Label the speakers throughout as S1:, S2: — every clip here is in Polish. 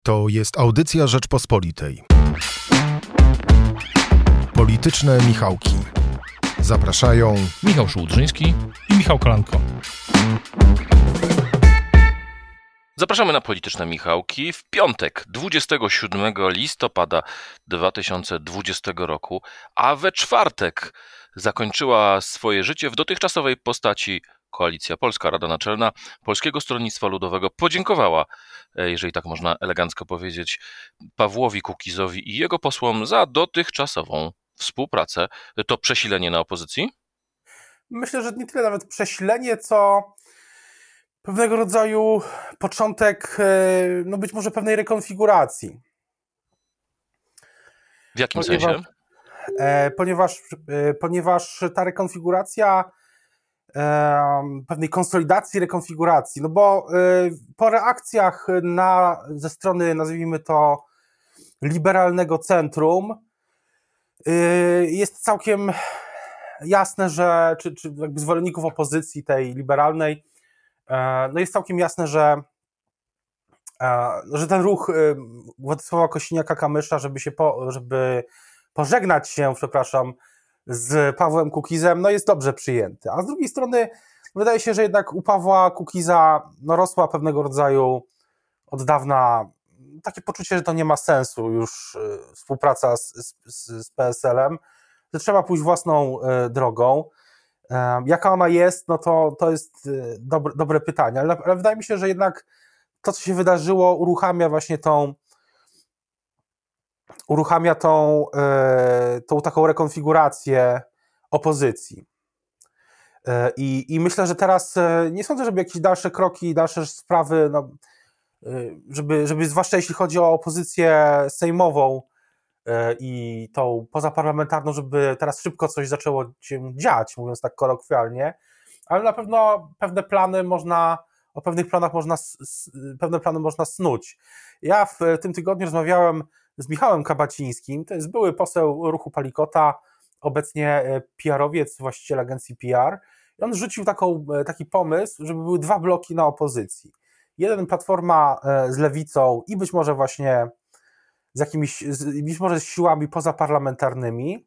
S1: To jest audycja Rzeczpospolitej. Polityczne Michałki. Zapraszają
S2: Michał Szułdrzyński i Michał Kolanko.
S3: Zapraszamy na Polityczne Michałki w piątek, 27 listopada 2020 roku, a we czwartek zakończyła swoje życie w dotychczasowej postaci Koalicja Polska. Rada Naczelna Polskiego Stronnictwa Ludowego podziękowała, jeżeli tak można elegancko powiedzieć, Pawłowi Kukizowi i jego posłom za dotychczasową współpracę. To przesilenie na opozycji?
S4: Myślę, że nie tyle nawet przesilenie, co pewnego rodzaju początek, no być może pewnej rekonfiguracji.
S3: W jakim sensie?
S4: Ponieważ ta rekonfiguracja, pewnej konsolidacji, rekonfiguracji, no bo po reakcjach ze strony, nazwijmy to, liberalnego centrum, jest całkiem jasne, że czy jakby zwolenników opozycji tej liberalnej, no jest całkiem jasne, że ten ruch Władysława Kosiniaka-Kamysza, żeby pożegnać się, z Pawłem Kukizem, no jest dobrze przyjęty. A z drugiej strony wydaje się, że jednak u Pawła Kukiza rosła pewnego rodzaju od dawna takie poczucie, że to nie ma sensu już współpraca z PSL-em, że trzeba pójść własną drogą. Jaka ona jest, no to jest dobre pytanie, ale wydaje mi się, że jednak to, co się wydarzyło, uruchamia tą taką rekonfigurację opozycji. I myślę, że teraz nie sądzę, żeby jakieś dalsze kroki, dalsze sprawy, no, żeby zwłaszcza jeśli chodzi o opozycję sejmową i tą pozaparlamentarną, żeby teraz szybko coś zaczęło się dziać, mówiąc tak kolokwialnie, ale na pewno pewne plany można snuć. Ja w tym tygodniu rozmawiałem z Michałem Kabacińskim, to jest były poseł Ruchu Palikota, obecnie PR-owiec, właściciel agencji PR, i on rzucił taki pomysł, żeby były dwa bloki na opozycji. Jeden Platforma z Lewicą i być może właśnie być może z siłami pozaparlamentarnymi,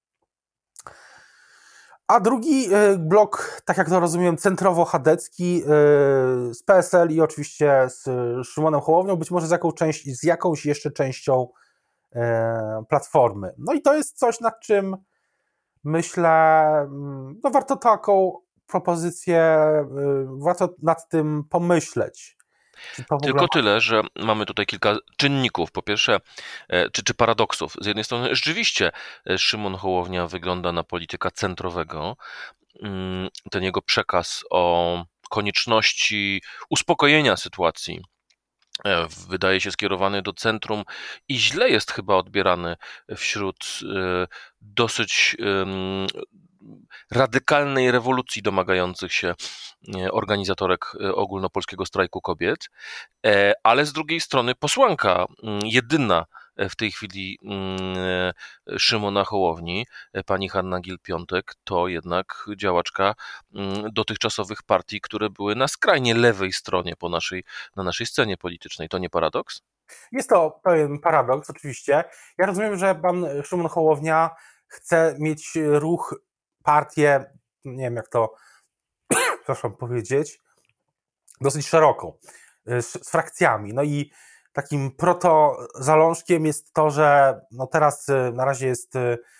S4: a drugi blok, tak jak to rozumiem, centrowo-chadecki z PSL i oczywiście z Szymonem Hołownią, być może z jakąś jeszcze częścią Platformy. No i to jest coś, nad czym myślę, no warto taką propozycję, warto nad tym pomyśleć.
S3: Tylko tyle, że mamy tutaj kilka czynników. Po pierwsze, czy paradoksów. Z jednej strony rzeczywiście Szymon Hołownia wygląda na polityka centrowego. Ten jego przekaz o konieczności uspokojenia sytuacji wydaje się skierowany do centrum i źle jest chyba odbierany wśród dosyć radykalnej rewolucji domagających się organizatorek ogólnopolskiego strajku kobiet, ale z drugiej strony posłanka jedyna w tej chwili Szymona Hołowni, pani Hanna Gill-Piątek, to jednak działaczka dotychczasowych partii, które były na skrajnie lewej stronie na naszej scenie politycznej. To nie paradoks?
S4: Jest to pewien paradoks, oczywiście. Ja rozumiem, że pan Szymon Hołownia chce mieć ruch, partię, nie wiem jak to powiedzieć, dosyć szeroką, z frakcjami. No i takim protozalążkiem jest to, że no teraz na razie jest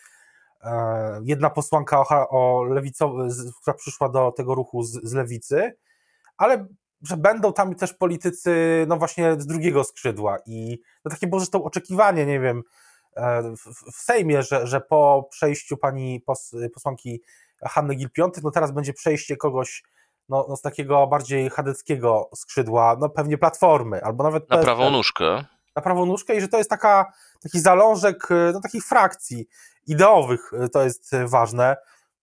S4: jedna posłanka która przyszła do tego ruchu z lewicy, ale że będą tam też politycy, no właśnie z drugiego skrzydła i no takie było zresztą oczekiwanie, nie wiem, w Sejmie, że po przejściu pani posłanki Hanny Gill-Piątek, no teraz będzie przejście kogoś no z takiego bardziej chadeckiego skrzydła, no pewnie Platformy, albo nawet
S3: na prawą nóżkę.
S4: Na prawą nóżkę i że to jest taki zalążek no, takich frakcji ideowych, to jest ważne.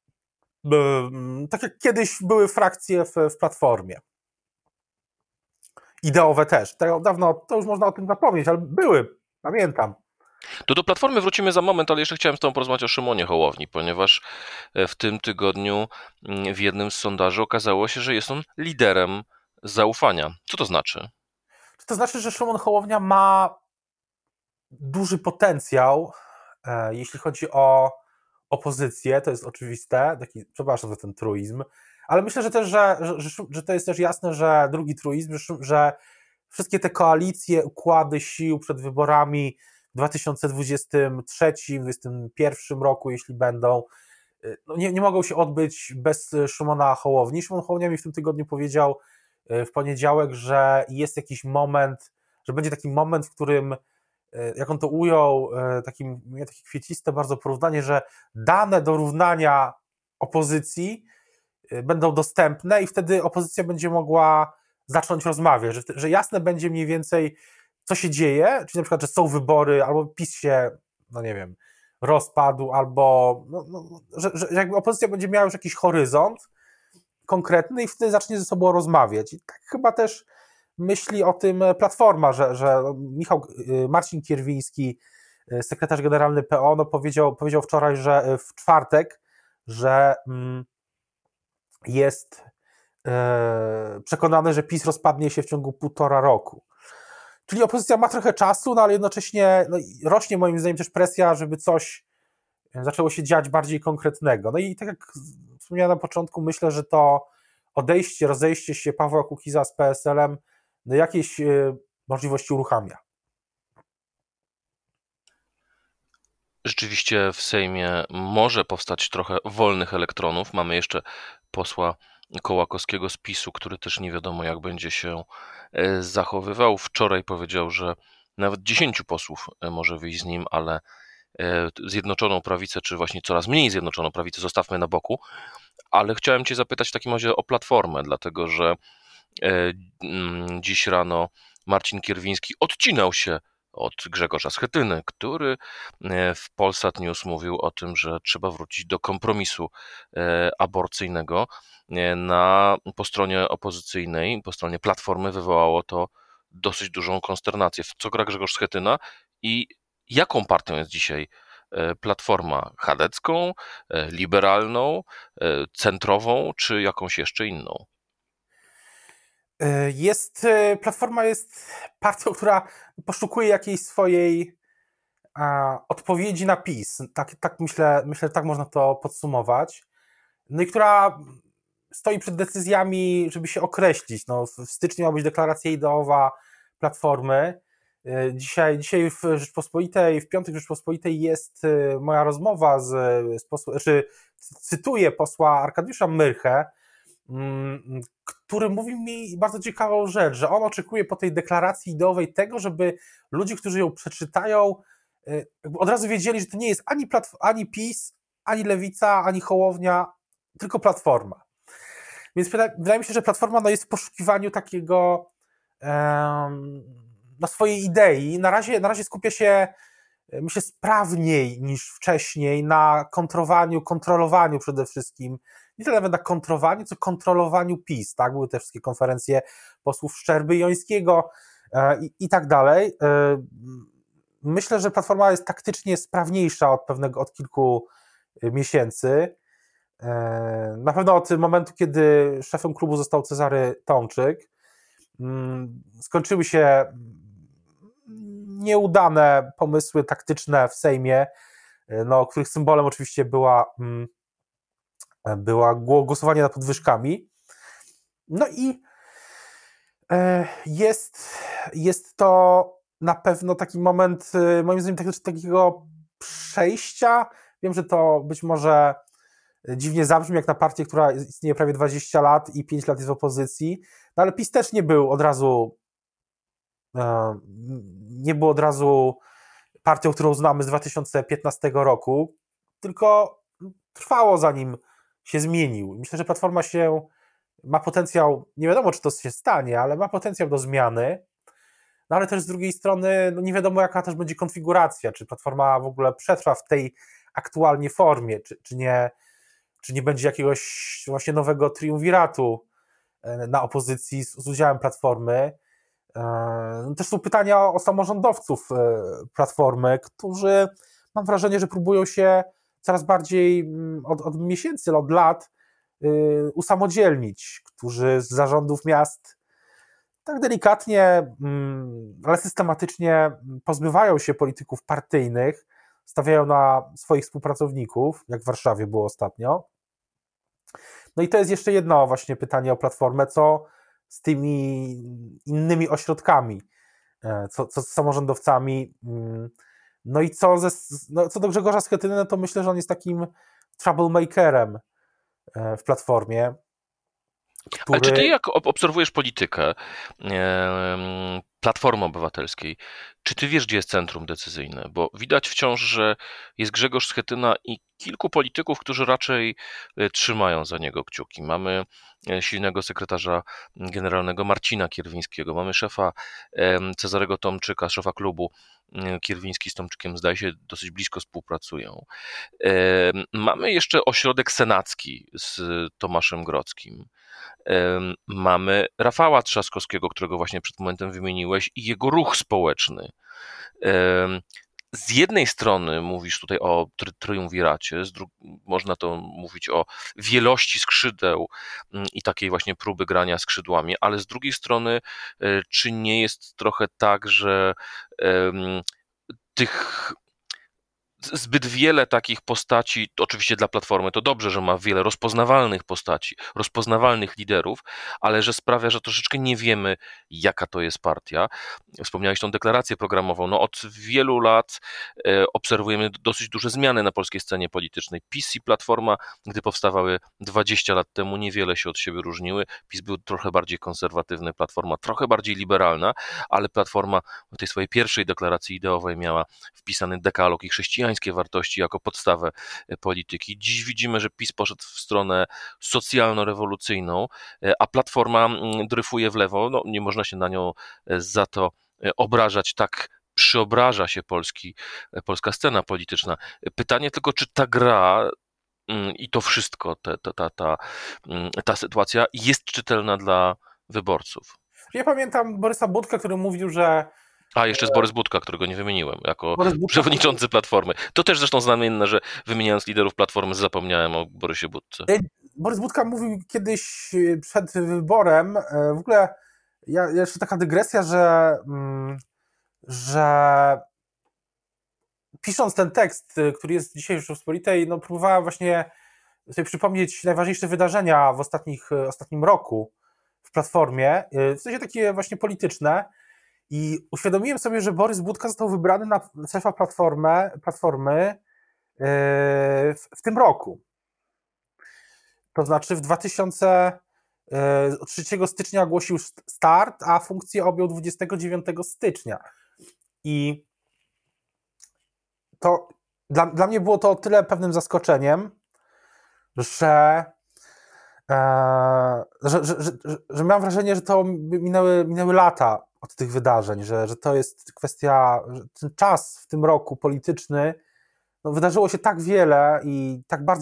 S4: Tak jak kiedyś były frakcje w Platformie. Ideowe też. Dawno to już można o tym zapomnieć, ale były, pamiętam.
S3: To do Platformy wrócimy za moment, ale jeszcze chciałem z tobą porozmawiać o Szymonie Hołowni, ponieważ w tym tygodniu w jednym z sondaży okazało się, że jest on liderem zaufania. Co to znaczy?
S4: To znaczy, że Szymon Hołownia ma duży potencjał, jeśli chodzi o opozycję, to jest oczywiste, przepraszam za ten truizm, ale myślę, że też, że to jest też jasne, że drugi truizm, że wszystkie te koalicje, układy sił przed wyborami w 2023-2021 roku, jeśli będą, no nie mogą się odbyć bez Szymona Hołowni. Szymon Hołownia mi w tym tygodniu powiedział w poniedziałek, że jest jakiś moment, że będzie taki moment, w którym, jak on to ujął, takie kwieciste bardzo porównanie, że dane do równania opozycji będą dostępne i wtedy opozycja będzie mogła zacząć rozmawiać, że jasne będzie mniej więcej, co się dzieje, czyli na przykład, że są wybory, albo PiS się, no nie wiem, rozpadł, albo że jakby opozycja będzie miała już jakiś horyzont konkretny i wtedy zacznie ze sobą rozmawiać. I tak chyba też myśli o tym Platforma, że Marcin Kierwiński, sekretarz generalny PO, no powiedział wczoraj, że w czwartek, że jest przekonany, że PiS rozpadnie się w ciągu 1,5 roku. Czyli opozycja ma trochę czasu, no ale jednocześnie rośnie moim zdaniem też presja, żeby coś zaczęło się dziać bardziej konkretnego. No i tak jak wspomniałem na początku, myślę, że to rozejście się Pawła Kukiza z PSL-em jakieś możliwości uruchamia.
S3: Rzeczywiście w Sejmie może powstać trochę wolnych elektronów. Mamy jeszcze posła Kołakowskiego z PiS-u, który też nie wiadomo jak będzie się zachowywał. Wczoraj powiedział, że nawet 10 posłów może wyjść z nim, ale Zjednoczoną Prawicę, czy właśnie coraz mniej Zjednoczoną Prawicę zostawmy na boku. Ale chciałem Cię zapytać w takim razie o Platformę, dlatego że dziś rano Marcin Kierwiński odcinał się od Grzegorza Schetyny, który w Polsat News mówił o tym, że trzeba wrócić do kompromisu aborcyjnego. Po stronie opozycyjnej, po stronie Platformy wywołało to dosyć dużą konsternację. W co gra Grzegorz Schetyna i jaką partią jest dzisiaj Platforma? Chadecką, liberalną, centrową, czy jakąś jeszcze inną?
S4: Platforma jest partią, która poszukuje jakiejś swojej odpowiedzi na PiS. Tak myślę, tak można to podsumować. No i która stoi przed decyzjami, żeby się określić. No, w styczniu ma być deklaracja ideowa Platformy. Dzisiaj w Rzeczpospolitej, w piątek w Rzeczpospolitej jest moja rozmowa cytuję posła Arkadiusza Myrchę, który mówi mi bardzo ciekawą rzecz, że on oczekuje po tej deklaracji ideowej tego, żeby ludzie, którzy ją przeczytają, od razu wiedzieli, że to nie jest ani PiS, ani Lewica, ani Hołownia, tylko Platforma. Więc wydaje mi się, że Platforma jest w poszukiwaniu takiego swojej idei. Na razie skupia się, myślę, sprawniej niż wcześniej na kontrolowaniu przede wszystkim, nie tyle nawet na kontrowaniu, co kontrolowaniu PiS, tak? Były te wszystkie konferencje posłów Szczerby i Jońskiego i tak dalej. Myślę, że Platforma jest taktycznie sprawniejsza od kilku miesięcy. Na pewno od momentu, kiedy szefem klubu został Cezary Tomczyk. Skończyły się nieudane pomysły taktyczne w Sejmie, których symbolem oczywiście było głosowanie nad podwyżkami. No i jest to na pewno taki moment, moim zdaniem, takiego przejścia. Wiem, że to być może dziwnie zabrzmi, jak na partię, która istnieje prawie 20 lat i 5 lat jest w opozycji, no ale PiS też nie był od razu partią, którą znamy z 2015 roku, tylko trwało, zanim się zmienił. Myślę, że Platforma ma potencjał, nie wiadomo, czy to się stanie, ale ma potencjał do zmiany, no ale też z drugiej strony nie wiadomo, jaka też będzie konfiguracja, czy Platforma w ogóle przetrwa w tej aktualnie formie, czy nie będzie jakiegoś właśnie nowego triumviratu na opozycji z udziałem Platformy. Też są pytania o samorządowców Platformy, którzy, mam wrażenie, że próbują się coraz bardziej od miesięcy, od lat usamodzielnić, którzy z zarządów miast tak delikatnie, ale systematycznie pozbywają się polityków partyjnych, stawiają na swoich współpracowników, jak w Warszawie było ostatnio. No i to jest jeszcze jedno właśnie pytanie o Platformę, co z tymi innymi ośrodkami, co z samorządowcami, no i co do Grzegorza Schetyny, no to myślę, że on jest takim troublemakerem w Platformie,
S3: Ale czy ty,
S4: który...
S3: jak obserwujesz politykę Platformy Obywatelskiej, czy ty wiesz, gdzie jest centrum decyzyjne? Bo widać wciąż, że jest Grzegorz Schetyna i kilku polityków, którzy raczej trzymają za niego kciuki. Mamy silnego sekretarza generalnego Marcina Kierwińskiego, mamy szefa Cezarego Tomczyka, szefa klubu. Kierwiński z Tomczykiem, zdaje się, dosyć blisko współpracują. Mamy jeszcze ośrodek senacki z Tomaszem Grodzkim. Mamy Rafała Trzaskowskiego, którego właśnie przed momentem wymieniłeś, i jego ruch społeczny. Z jednej strony mówisz tutaj o triumviracie, można to mówić o wielości skrzydeł i takiej właśnie próby grania skrzydłami, ale z drugiej strony, czy nie jest trochę tak, że tych zbyt wiele takich postaci, oczywiście dla Platformy to dobrze, że ma wiele rozpoznawalnych postaci, rozpoznawalnych liderów, ale że sprawia, że troszeczkę nie wiemy, jaka to jest partia. Wspomniałeś tą deklarację programową. No, od wielu lat obserwujemy dosyć duże zmiany na polskiej scenie politycznej. PiS i Platforma, gdy powstawały 20 lat temu, niewiele się od siebie różniły. PiS był trochę bardziej konserwatywny, Platforma trochę bardziej liberalna, ale Platforma w tej swojej pierwszej deklaracji ideowej miała wpisany dekalog i chrześcijańskie wartości jako podstawę polityki. Dziś widzimy, że PiS poszedł w stronę socjalno-rewolucyjną, a Platforma dryfuje w lewo. No, nie można się na nią za to obrażać. Tak przyobraża się polska scena polityczna. Pytanie tylko, czy ta gra i to wszystko, ta sytuacja jest czytelna dla wyborców.
S4: Ja pamiętam Borysa Budkę, który mówił, że
S3: A, jeszcze jest Borys Budka, którego nie wymieniłem, jako
S4: Borys Budka...
S3: przewodniczący Platformy. To też zresztą znamienne, że wymieniając liderów Platformy zapomniałem o Borysie Budce.
S4: Borys Budka mówił kiedyś przed wyborem, w ogóle jeszcze taka dygresja, że pisząc ten tekst, który jest dzisiaj w Rzeczpospolitej, no próbowałem właśnie sobie przypomnieć najważniejsze wydarzenia w ostatnim roku w Platformie, w sensie takie właśnie polityczne, i uświadomiłem sobie, że Borys Budka został wybrany na szefa Platformy w tym roku. To znaczy 3 stycznia ogłosił start, a funkcję objął 29 stycznia. I to dla mnie było to o tyle pewnym zaskoczeniem, że miałem wrażenie, że to minęły lata od tych wydarzeń, że to jest kwestia, że ten czas w tym roku polityczny, no wydarzyło się tak wiele i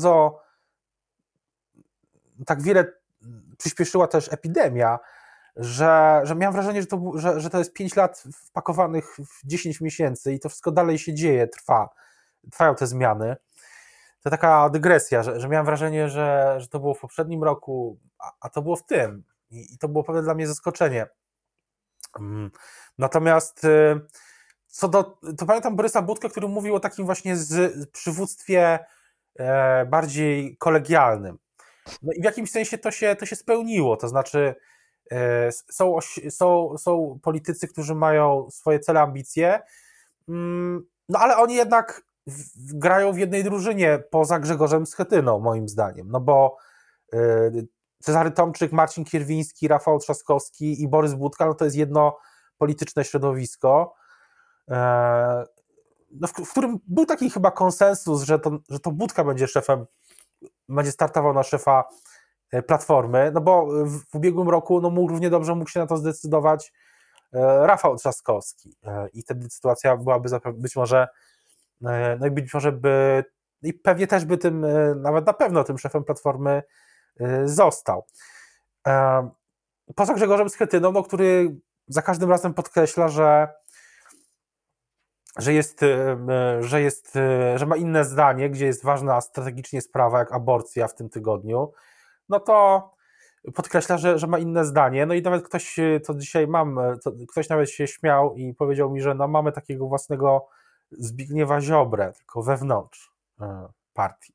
S4: tak wiele przyspieszyła też epidemia, że miałem wrażenie, że to jest 5 lat wpakowanych w 10 miesięcy i to wszystko dalej się dzieje, trwają te zmiany. To taka dygresja, że miałem wrażenie, że to było w poprzednim roku, a to było w tym. I to było pewne dla mnie zaskoczenie. Natomiast to pamiętam Borysa Budkę, który mówił o takim właśnie przywództwie bardziej kolegialnym. No i w jakimś sensie to się spełniło, to znaczy są politycy, którzy mają swoje cele, ambicje, no ale oni jednak grają w jednej drużynie poza Grzegorzem Schetyną, moim zdaniem, no bo Cezary Tomczyk, Marcin Kierwiński, Rafał Trzaskowski i Borys Budka, no to jest jedno polityczne środowisko, no w którym był taki chyba konsensus, że to Budka będzie startował na szefa Platformy, no bo w ubiegłym roku równie dobrze mógł się na to zdecydować Rafał Trzaskowski i wtedy sytuacja byłaby być może i pewnie też by tym, nawet na pewno tym szefem Platformy został. Poza Grzegorzem Schetyną, no, który za każdym razem podkreśla, że ma inne zdanie, gdzie jest ważna strategicznie sprawa jak aborcja w tym tygodniu, no to podkreśla, że ma inne zdanie. No i nawet ktoś, co dzisiaj mam, ktoś nawet się śmiał i powiedział mi, że no mamy takiego własnego Zbigniewa Ziobrę, tylko wewnątrz partii.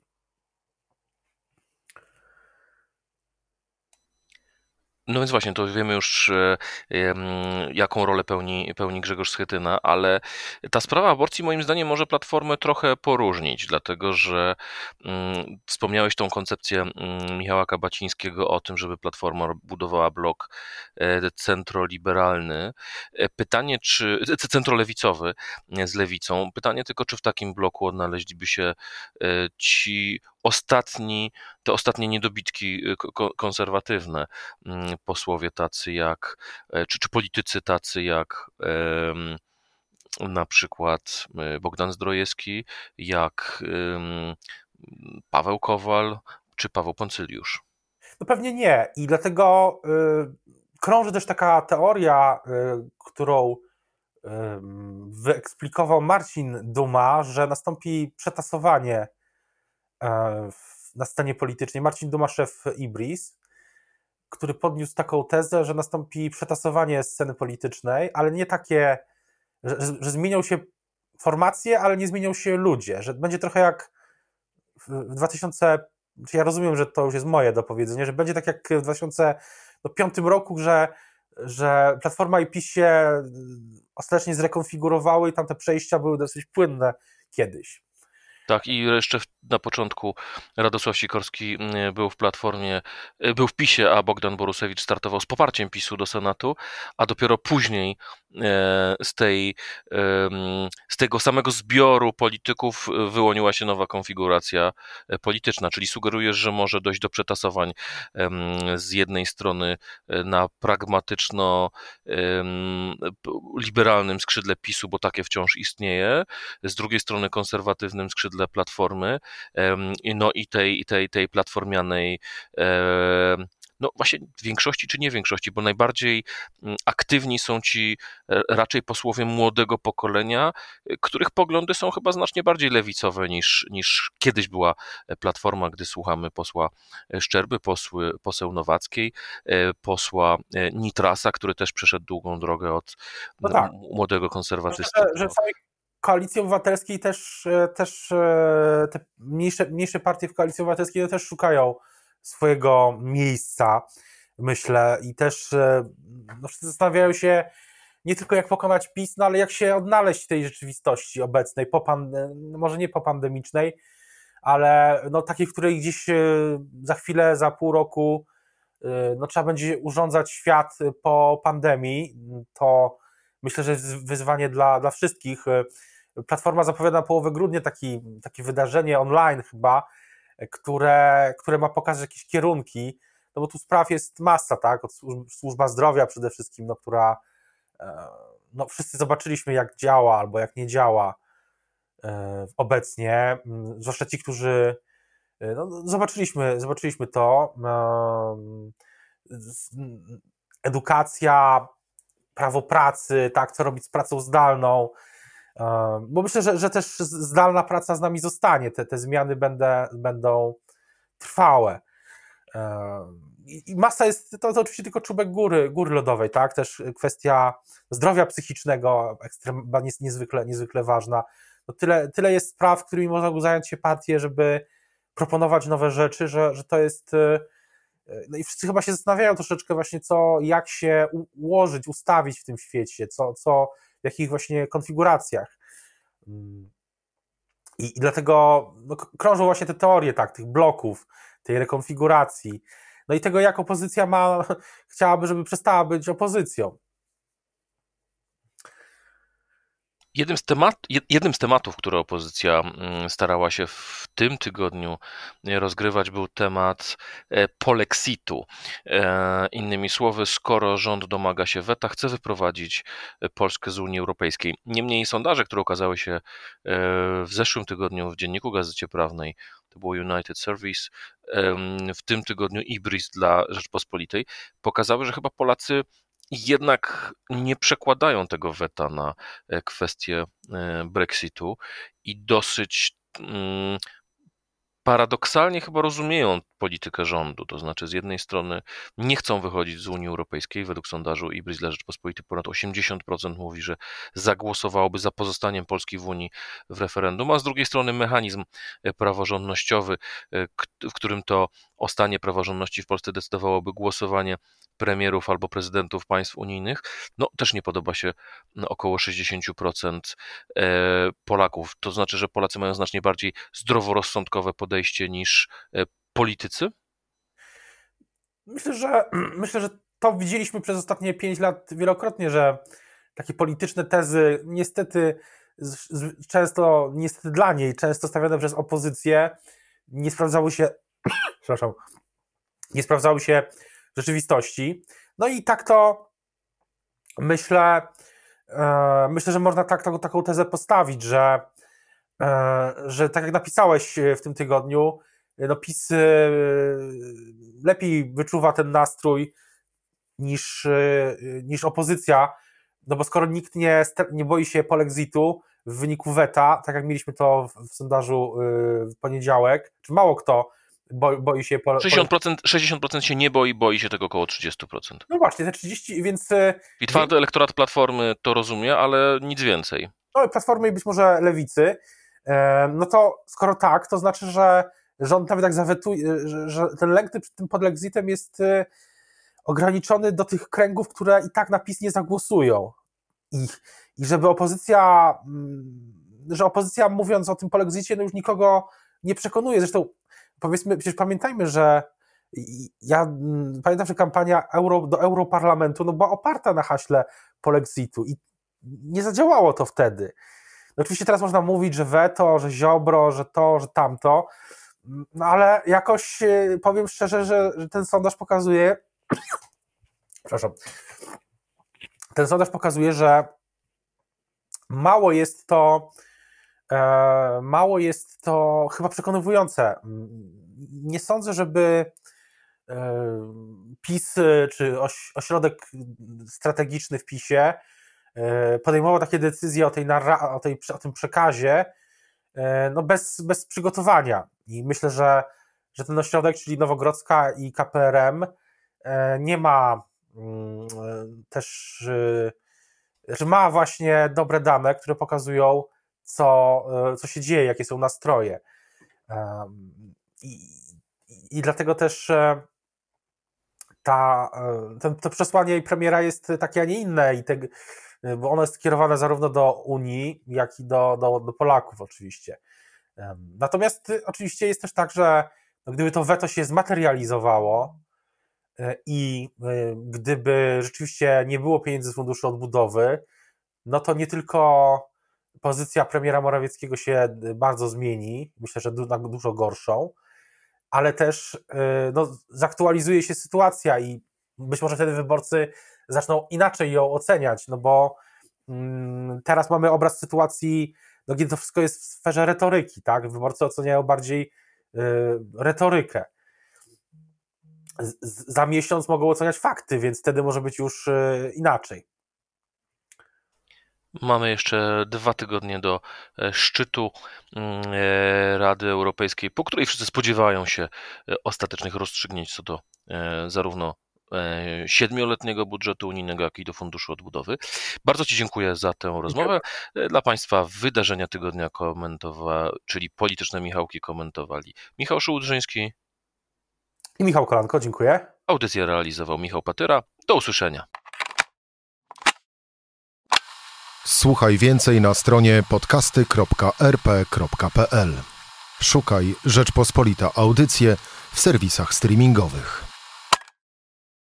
S3: No więc właśnie, to wiemy już, jaką rolę pełni Grzegorz Schetyna, ale ta sprawa aborcji moim zdaniem może Platformę trochę poróżnić, dlatego że wspomniałeś tą koncepcję Michała Kabacińskiego o tym, żeby Platforma budowała blok centroliberalny. Pytanie, centrolewicowy z lewicą. Pytanie tylko, czy w takim bloku odnaleźliby się ci te ostatnie niedobitki konserwatywne, posłowie tacy jak, czy politycy tacy jak na przykład Bogdan Zdrojewski, jak Paweł Kowal, czy Paweł Poncyliusz.
S4: No pewnie nie i dlatego krąży też taka teoria, którą wyeksplikował Marcin Duma, że nastąpi przetasowanie na scenie politycznej. Marcin Duma, szef Ibris, który podniósł taką tezę, że nastąpi przetasowanie sceny politycznej, ale nie takie, że zmienią się formacje, ale nie zmienią się ludzie, że będzie trochę jak w 2000, ja rozumiem, że to już jest moje do powiedzenia, że będzie tak jak w 2005 roku, że Platforma i PiS się ostatecznie zrekonfigurowały i tam te przejścia były dosyć płynne kiedyś.
S3: Tak, i jeszcze na początku Radosław Sikorski był w Platformie, był w PiSie, a Bogdan Borusewicz startował z poparciem PiSu do Senatu, a dopiero później z tego samego zbioru polityków wyłoniła się nowa konfiguracja polityczna, czyli sugerujesz, że może dojść do przetasowań z jednej strony na pragmatyczno-liberalnym skrzydle PiSu, bo takie wciąż istnieje, z drugiej strony konserwatywnym skrzydle Platformy, no i tej platformianej, no właśnie większości czy nie większości, bo najbardziej aktywni są ci raczej posłowie młodego pokolenia, których poglądy są chyba znacznie bardziej lewicowe niż kiedyś była Platforma, gdy słuchamy posła Szczerby, poseł Nowackiej, posła Nitrasa, który też przeszedł długą drogę od młodego konserwatysty.
S4: Że całej Koalicji Obywatelskiej też te mniejsze partie w Koalicji Obywatelskiej też szukają swojego miejsca, myślę, i też wszyscy zastanawiają się nie tylko jak pokonać PiS, no ale jak się odnaleźć w tej rzeczywistości obecnej, może nie popandemicznej, ale no takiej, w której gdzieś za chwilę, za pół roku no trzeba będzie urządzać świat po pandemii. To myślę, że jest wyzwanie dla wszystkich. Platforma zapowiada na połowę grudnia takie wydarzenie online chyba, które ma pokazać jakieś kierunki, no bo tu spraw jest masa, tak, od służba zdrowia przede wszystkim, no, która no wszyscy zobaczyliśmy jak działa albo jak nie działa obecnie, zwłaszcza ci, którzy no, zobaczyliśmy to, edukacja, prawo pracy, tak, co robić z pracą zdalną, bo myślę, że też zdalna praca z nami zostanie, te zmiany będą trwałe. I masa jest, to oczywiście tylko czubek góry lodowej, tak, też kwestia zdrowia psychicznego, niezwykle ważna. No tyle jest spraw, którymi można zająć się partie, żeby proponować nowe rzeczy, że to jest, no i wszyscy chyba się zastanawiają troszeczkę właśnie jak się ułożyć, ustawić w tym świecie, w jakich właśnie konfiguracjach. I dlatego no, krążą właśnie te teorie, tak, tych bloków, tej rekonfiguracji. No i tego, jak opozycja chciałaby, żeby przestała być opozycją.
S3: Jednym z tematów, które opozycja starała się w tym tygodniu rozgrywać, był temat polexitu. Innymi słowy, skoro rząd domaga się weta, chce wyprowadzić Polskę z Unii Europejskiej. Niemniej sondaże, które ukazały się w zeszłym tygodniu w Dzienniku Gazecie Prawnej, to było United Service, w tym tygodniu Ibris dla Rzeczpospolitej, pokazały, że chyba Polacy jednak nie przekładają tego weta na kwestię Brexitu i dosyć paradoksalnie chyba rozumieją politykę rządu, to znaczy z jednej strony nie chcą wychodzić z Unii Europejskiej, według sondażu IBRIS dla Rzeczpospolitej ponad 80% mówi, że zagłosowałoby za pozostaniem Polski w Unii w referendum, a z drugiej strony mechanizm praworządnościowy, w którym to o stanie praworządności w Polsce decydowałoby głosowanie premierów albo prezydentów państw unijnych, no też nie podoba się około 60% Polaków. To znaczy, że Polacy mają znacznie bardziej zdroworozsądkowe podejście niż politycy?
S4: Myślę, że to widzieliśmy przez ostatnie 5 lat wielokrotnie, że takie polityczne tezy niestety często, niestety dla niej, często stawiane przez opozycję, nie sprawdzały się w rzeczywistości. No i tak to myślę, że można taką tezę postawić, że tak jak napisałeś w tym tygodniu, no PiS lepiej wyczuwa ten nastrój niż opozycja, no bo skoro nikt nie boi się polexitu w wyniku weta, tak jak mieliśmy to w sondażu w poniedziałek, czy mało kto boi się
S3: 60% się nie boi się tego około 30%.
S4: No właśnie, te 30, więc...
S3: I twardy elektorat Platformy to rozumie, ale nic więcej.
S4: No, Platformy i być może Lewicy. No to skoro tak, to znaczy, że rząd nawet tak zawetuje, że ten lęk przed tym polexitem jest ograniczony do tych kręgów, które i tak na PiS nie zagłosują. I żeby opozycja, mówiąc o tym polexicie, no już nikogo nie przekonuje. Zresztą powiedzmy, przecież pamiętajmy, że ja pamiętam, że kampania do Europarlamentu była oparta na haśle polexitu i nie zadziałało to wtedy. No oczywiście teraz można mówić, że weto, że Ziobro, że to, że tamto, no ale jakoś powiem szczerze, że ten sondaż pokazuje, że mało jest to chyba przekonywujące. Nie sądzę, żeby PiS czy ośrodek strategiczny w PiS-ie podejmował takie decyzje o tym przekazie no bez przygotowania. I myślę, że ten ośrodek, czyli Nowogrodzka i KPRM nie ma też, że ma właśnie dobre dane, które pokazują, co się dzieje, jakie są nastroje. I dlatego też to przesłanie premiera jest takie, a nie inne, bo ono jest skierowane zarówno do Unii, jak i do Polaków oczywiście. Natomiast oczywiście jest też tak, że gdyby to weto się zmaterializowało i gdyby rzeczywiście nie było pieniędzy z Funduszu Odbudowy, no to nie tylko pozycja premiera Morawieckiego się bardzo zmieni, myślę, że na dużo gorszą, ale też zaktualizuje się sytuacja i być może wtedy wyborcy zaczną inaczej ją oceniać, no bo teraz mamy obraz sytuacji, gdzie to wszystko jest w sferze retoryki, tak? Wyborcy oceniają bardziej retorykę. Za miesiąc mogą oceniać fakty, więc wtedy może być już inaczej.
S3: Mamy jeszcze 2 tygodnie do szczytu Rady Europejskiej, po której wszyscy spodziewają się ostatecznych rozstrzygnięć co do zarówno 7-letniego budżetu unijnego, jak i do Funduszu Odbudowy. Bardzo Ci dziękuję za tę rozmowę. Dla Państwa wydarzenia tygodnia czyli polityczne Michałki komentowali Michał Szułdrzyński
S4: i Michał Kolanko. Dziękuję.
S3: Audycję realizował Michał Patyra. Do usłyszenia.
S1: Słuchaj więcej na stronie podcasty.rp.pl. Szukaj Rzeczpospolita Audycje w serwisach streamingowych.